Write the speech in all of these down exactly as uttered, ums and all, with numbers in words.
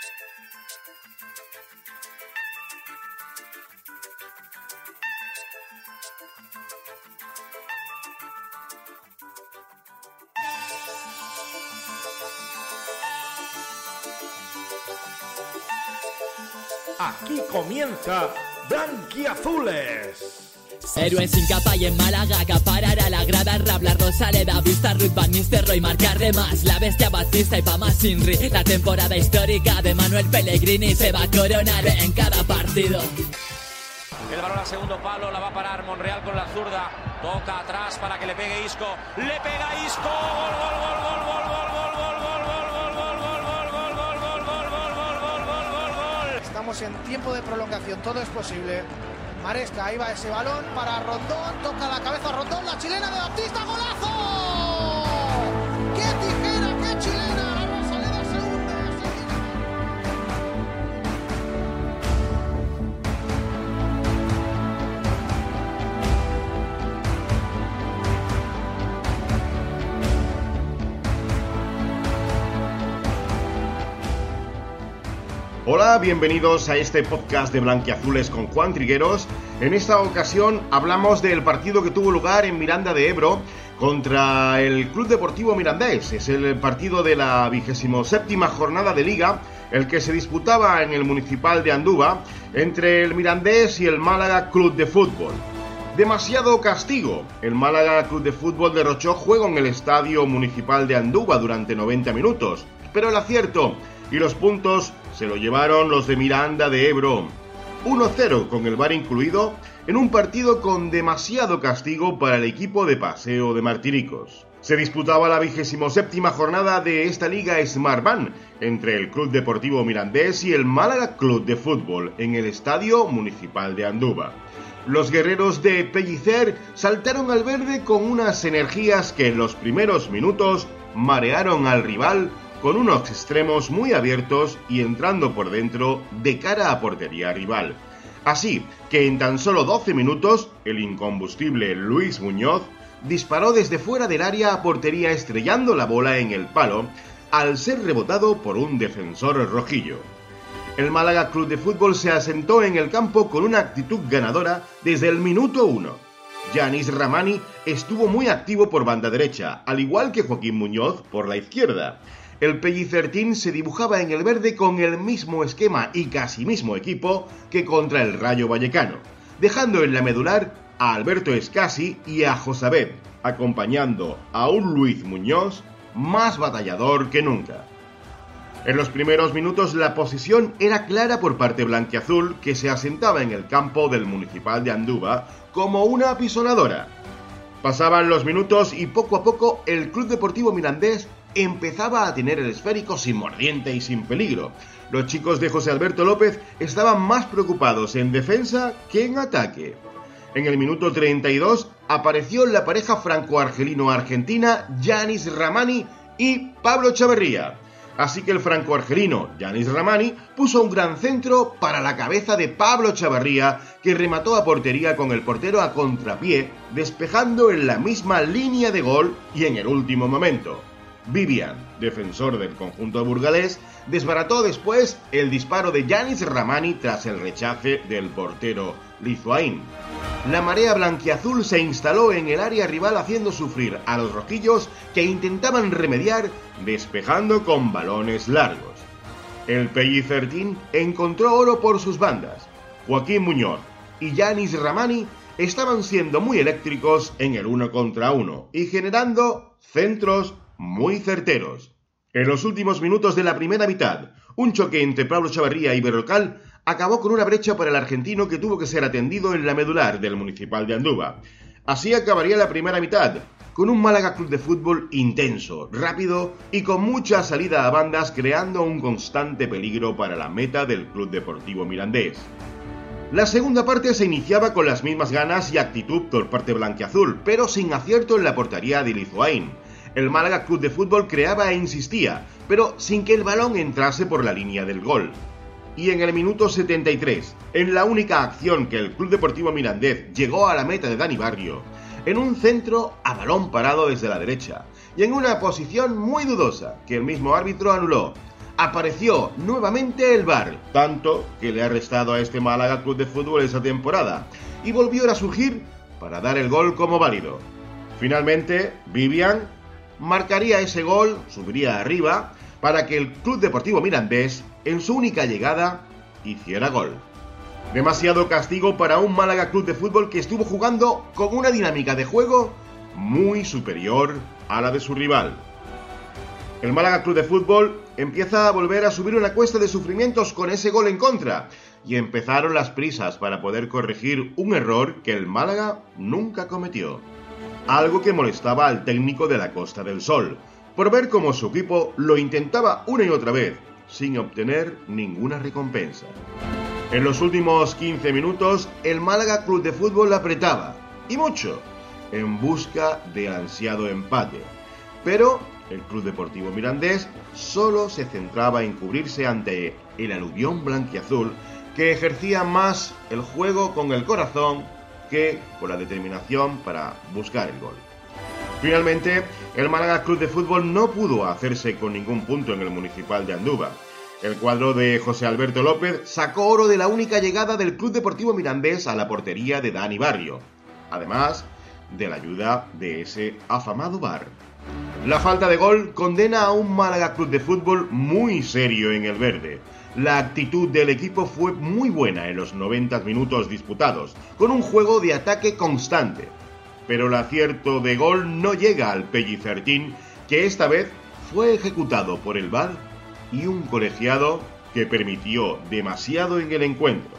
Aquí comienza Blanquiazules. Héroe sin capa y en Málaga acaparar a la grada. Rabla, Rosaleda, Vista, Ruiz, Van Nistelrooy, marcar de más. La Bestia, Batista y Pama Sinri. La temporada histórica de Manuel Pellegrini se va a coronar en cada partido. El balón al segundo palo, la va a parar Monreal con la zurda. Toca atrás para que le pegue Isco. Le pega Isco. Gol, gol, gol, gol, gol, gol, gol, gol, gol, gol, gol, gol, gol, gol, gol, gol, gol. Estamos en tiempo de prolongación, todo es posible. Maresca, ahí va ese balón para Rondón, toca la cabeza Rondón, la chilena de Baptista, ¡golazo! ¡Qué tijera, qué chilena! La Rosaleda segunda. Hola, bienvenidos a este podcast de Blanquiazules con Juan Trigueros. En esta ocasión hablamos del partido que tuvo lugar en Miranda de Ebro contra el Club Deportivo Mirandés. Es el partido de la vigésimo séptima jornada de Liga, el que se disputaba en el Municipal de Andúba entre el Mirandés y el Málaga Club de Fútbol. Demasiado castigo. El Málaga Club de Fútbol derrochó juego en el Estadio Municipal de Andúba durante noventa minutos, pero el acierto y los puntos se lo llevaron los de Miranda de Ebro. uno cero con el V A R incluido en un partido con demasiado castigo para el equipo de Paseo de Martinicos. Se disputaba la vigésimo séptima jornada de esta liga Smartbank entre el Club Deportivo Mirandés y el Málaga Club de Fútbol en el Estadio Municipal de Andúba. Los guerreros de Pellicer saltaron al verde con unas energías que en los primeros minutos marearon al rival con unos extremos muy abiertos y entrando por dentro de cara a portería rival. Así que en tan solo doce minutos, el incombustible Luis Muñoz disparó desde fuera del área a portería estrellando la bola en el palo al ser rebotado por un defensor rojillo. El Málaga Club de Fútbol se asentó en el campo con una actitud ganadora desde el minuto uno. Yanis Ramani estuvo muy activo por banda derecha, al igual que Joaquín Muñoz por la izquierda. El Pellicertín se dibujaba en el verde con el mismo esquema y casi mismo equipo que contra el Rayo Vallecano, dejando en la medular a Alberto Escasi y a Josabet, acompañando a un Luis Muñoz más batallador que nunca. En los primeros minutos la posesión era clara por parte blanquiazul, que se asentaba en el campo del Municipal de Andúba como una apisonadora. Pasaban los minutos y poco a poco el Club Deportivo Mirandés empezaba a tener el esférico sin mordiente y sin peligro. Los chicos de José Alberto López estaban más preocupados en defensa que en ataque. En el minuto treinta y dos apareció la pareja franco-argelino-argentina Yanis Ramani y Pablo Chavarría. Así que el franco-argelino Yanis Ramani puso un gran centro para la cabeza de Pablo Chavarría, que remató a portería con el portero a contrapié, despejando en la misma línea de gol y en el último momento. Vivian, defensor del conjunto burgalés, desbarató después el disparo de Yanis Ramani tras el rechace del portero Lizuain. La marea blanquiazul se instaló en el área rival haciendo sufrir a los rojillos, que intentaban remediar despejando con balones largos. El Pellicertín encontró oro por sus bandas. Joaquín Muñoz y Yanis Ramani estaban siendo muy eléctricos en el uno contra uno y generando centros muy certeros. En los últimos minutos de la primera mitad, un choque entre Pablo Chavarría y Berrocal acabó con una brecha para el argentino, que tuvo que ser atendido en la medular del Municipal de Andúba. Así acabaría la primera mitad, con un Málaga Club de Fútbol intenso, rápido y con mucha salida a bandas, creando un constante peligro para la meta del Club Deportivo Mirandés. La segunda parte se iniciaba con las mismas ganas y actitud por parte blanquiazul, pero sin acierto en la portería de Lizuain. El Málaga Club de Fútbol creaba e insistía, pero sin que el balón entrase por la línea del gol. Y en el minuto setenta y tres, en la única acción que el Club Deportivo Mirandés llegó a la meta de Dani Barrio, en un centro a balón parado desde la derecha, y en una posición muy dudosa que el mismo árbitro anuló. apareció nuevamente el V A R, tanto que le ha restado a este Málaga Club de Fútbol esa temporada, y volvió a surgir para dar el gol como válido. Finalmente, Vivian marcaría ese gol, subiría arriba, para que el Club Deportivo Mirandés, en su única llegada, hiciera gol. Demasiado castigo para un Málaga Club de Fútbol que estuvo jugando con una dinámica de juego muy superior a la de su rival. El Málaga Club de Fútbol empieza a volver a subir una cuesta de sufrimientos con ese gol en contra, y empezaron las prisas para poder corregir un error que el Málaga nunca cometió. Algo que molestaba al técnico de la Costa del Sol, por ver cómo su equipo lo intentaba una y otra vez, sin obtener ninguna recompensa. En los últimos quince minutos, el Málaga Club de Fútbol apretaba, y mucho, en busca del ansiado empate. Pero el Club Deportivo Mirandés solo se centraba en cubrirse ante el aluvión blanquiazul, que ejercía más el juego con el corazón que con la determinación para buscar el gol. Finalmente, el Málaga Club de Fútbol no pudo hacerse con ningún punto en el Municipal de Andúba. El cuadro de José Alberto López sacó oro de la única llegada del Club Deportivo Mirandés a la portería de Dani Barrio, además de la ayuda de ese afamado V A R. La falta de gol condena a un Málaga Club de Fútbol muy serio en el verde. La actitud del equipo fue muy buena en los noventa minutos disputados, con un juego de ataque constante. Pero el acierto de gol no llega al Pellicertín, que esta vez fue ejecutado por el V A R y un colegiado que permitió demasiado en el encuentro.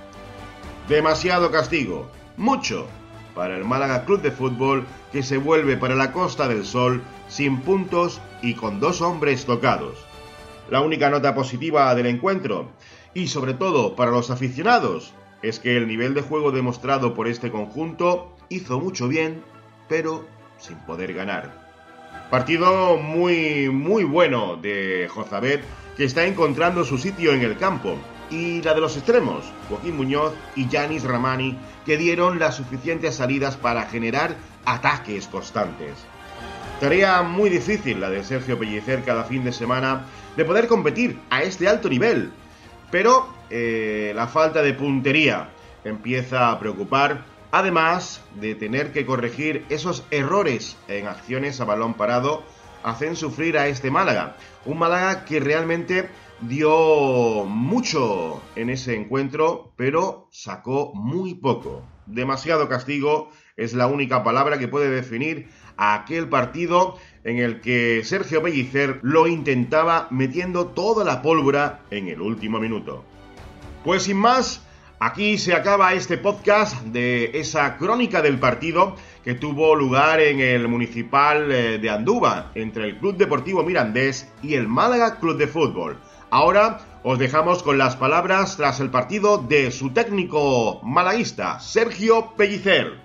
Demasiado castigo, mucho, para el Málaga Club de Fútbol, que se vuelve para la Costa del Sol sin puntos y con dos hombres tocados. La única nota positiva del encuentro, y sobre todo para los aficionados, es que el nivel de juego demostrado por este conjunto hizo mucho bien, pero sin poder ganar. Partido muy, muy bueno de Jozabet, que está encontrando su sitio en el campo, y la de los extremos, Joaquín Muñoz y Yanis Ramani, que dieron las suficientes salidas para generar ataques constantes. Tarea muy difícil la de Sergio Pellicer cada fin de semana de poder competir a este alto nivel, pero eh, la falta de puntería empieza a preocupar, además de tener que corregir esos errores en acciones a balón parado, hacen sufrir a este Málaga, un Málaga que realmente dio mucho en ese encuentro, pero sacó muy poco. Demasiado castigo es la única palabra que puede definir a aquel partido en el que Sergio Pellicer lo intentaba metiendo toda la pólvora en el último minuto. Pues sin más, aquí se acaba este podcast de esa crónica del partido que tuvo lugar en el Municipal de Andúba entre el Club Deportivo Mirandés y el Málaga Club de Fútbol. Ahora os dejamos con las palabras tras el partido de su técnico malaguista, Sergio Pellicer.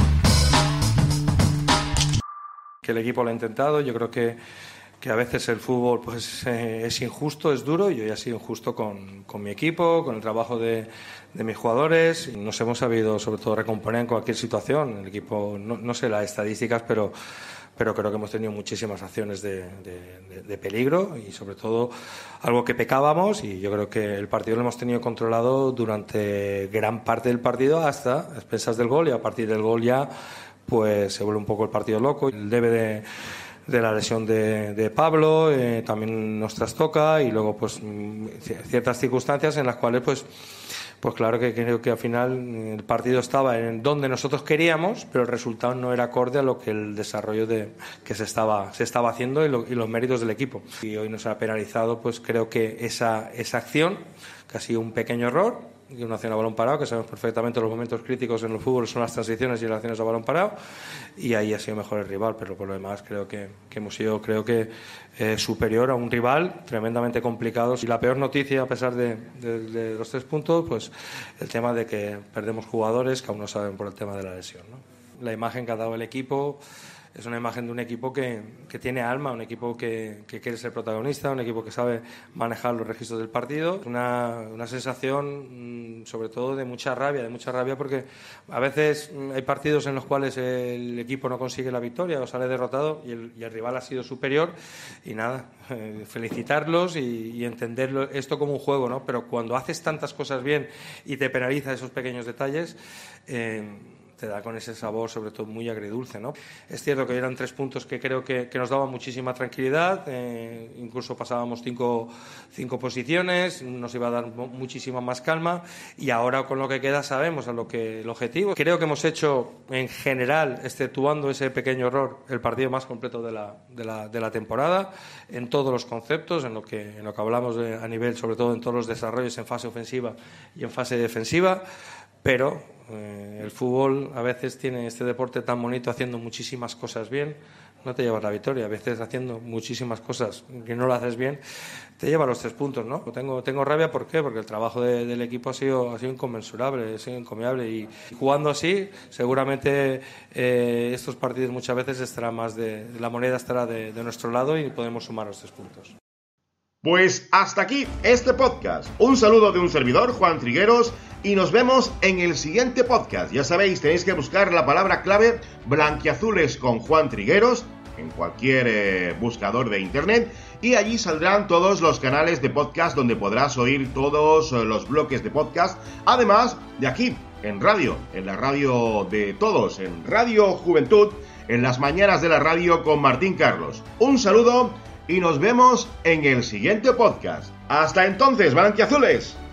Que el equipo lo ha intentado, yo creo que, que a veces el fútbol pues eh, es injusto, es duro, y yo ya he sido injusto con, con mi equipo, con el trabajo de, de mis jugadores, y nos hemos sabido sobre todo recomponer en cualquier situación. El equipo, no, no sé las estadísticas, pero pero creo que hemos tenido muchísimas acciones de, de, de, de peligro, y sobre todo algo que pecábamos, y yo creo que el partido lo hemos tenido controlado durante gran parte del partido hasta expensas del gol, y a partir del gol ya pues se vuelve un poco el partido loco. El debe de, de la lesión de, de Pablo eh, también nos trastoca, y luego pues ciertas circunstancias en las cuales pues Pues claro que creo que al final el partido estaba en donde nosotros queríamos, pero el resultado no era acorde a lo que el desarrollo de, que se estaba, se estaba haciendo y, lo, y los méritos del equipo. Y hoy nos ha penalizado, pues creo que esa, esa acción, que ha sido un pequeño error, y una acción a balón parado, que sabemos perfectamente los momentos críticos en el fútbol son las transiciones y las acciones a balón parado, y ahí ha sido mejor el rival, pero por lo demás creo que, que hemos sido creo que eh, superior a un rival tremendamente complicado. Y la peor noticia, a pesar de, de, de los tres puntos, pues el tema de que perdemos jugadores que aún no saben por el tema de la lesión, ¿no? La imagen que ha dado el equipo es una imagen de un equipo que, que tiene alma, un equipo que, que quiere ser protagonista, un equipo que sabe manejar los registros del partido. Una, una sensación, sobre todo, de mucha rabia, de mucha rabia porque a veces hay partidos en los cuales el equipo no consigue la victoria o sale derrotado y el, y el rival ha sido superior y nada, eh, felicitarlos y, y entenderlo esto como un juego, ¿no? Pero cuando haces tantas cosas bien y te penaliza esos pequeños detalles, eh, te da con ese sabor, sobre todo muy agridulce, ¿no? Es cierto que eran tres puntos que creo que, que nos daban muchísima tranquilidad, eh, incluso pasábamos cinco, cinco posiciones, nos iba a dar muchísima más calma y ahora con lo que queda sabemos a lo que el objetivo. Creo que hemos hecho en general, exceptuando ese pequeño error, el partido más completo de la, de la, de la temporada, en todos los conceptos, en lo que, en lo que hablamos de, a nivel, sobre todo en todos los desarrollos en fase ofensiva y en fase defensiva. Pero eh, el fútbol a veces tiene este deporte tan bonito, haciendo muchísimas cosas bien, no te lleva la victoria. A veces haciendo muchísimas cosas que no lo haces bien, te lleva los tres puntos, ¿no? Tengo, tengo rabia, ¿por qué? Porque el trabajo de, del equipo ha sido, ha sido inconmensurable, ha sido encomiable y jugando así, seguramente eh, estos partidos muchas veces estará más de, la moneda estará de, de nuestro lado y podemos sumar los tres puntos. Pues hasta aquí este podcast. Un saludo de un servidor, Juan Trigueros, y nos vemos en el siguiente podcast. Ya sabéis, tenéis que buscar la palabra clave Blanquiazules con Juan Trigueros en cualquier eh, buscador de internet y allí saldrán todos los canales de podcast donde podrás oír todos eh, los bloques de podcast, además de aquí, en radio, en la radio de todos, en Radio Juventud, en las mañanas de la radio con Martín Carlos. Un saludo y nos vemos en el siguiente podcast. Hasta entonces, Blanquiazules.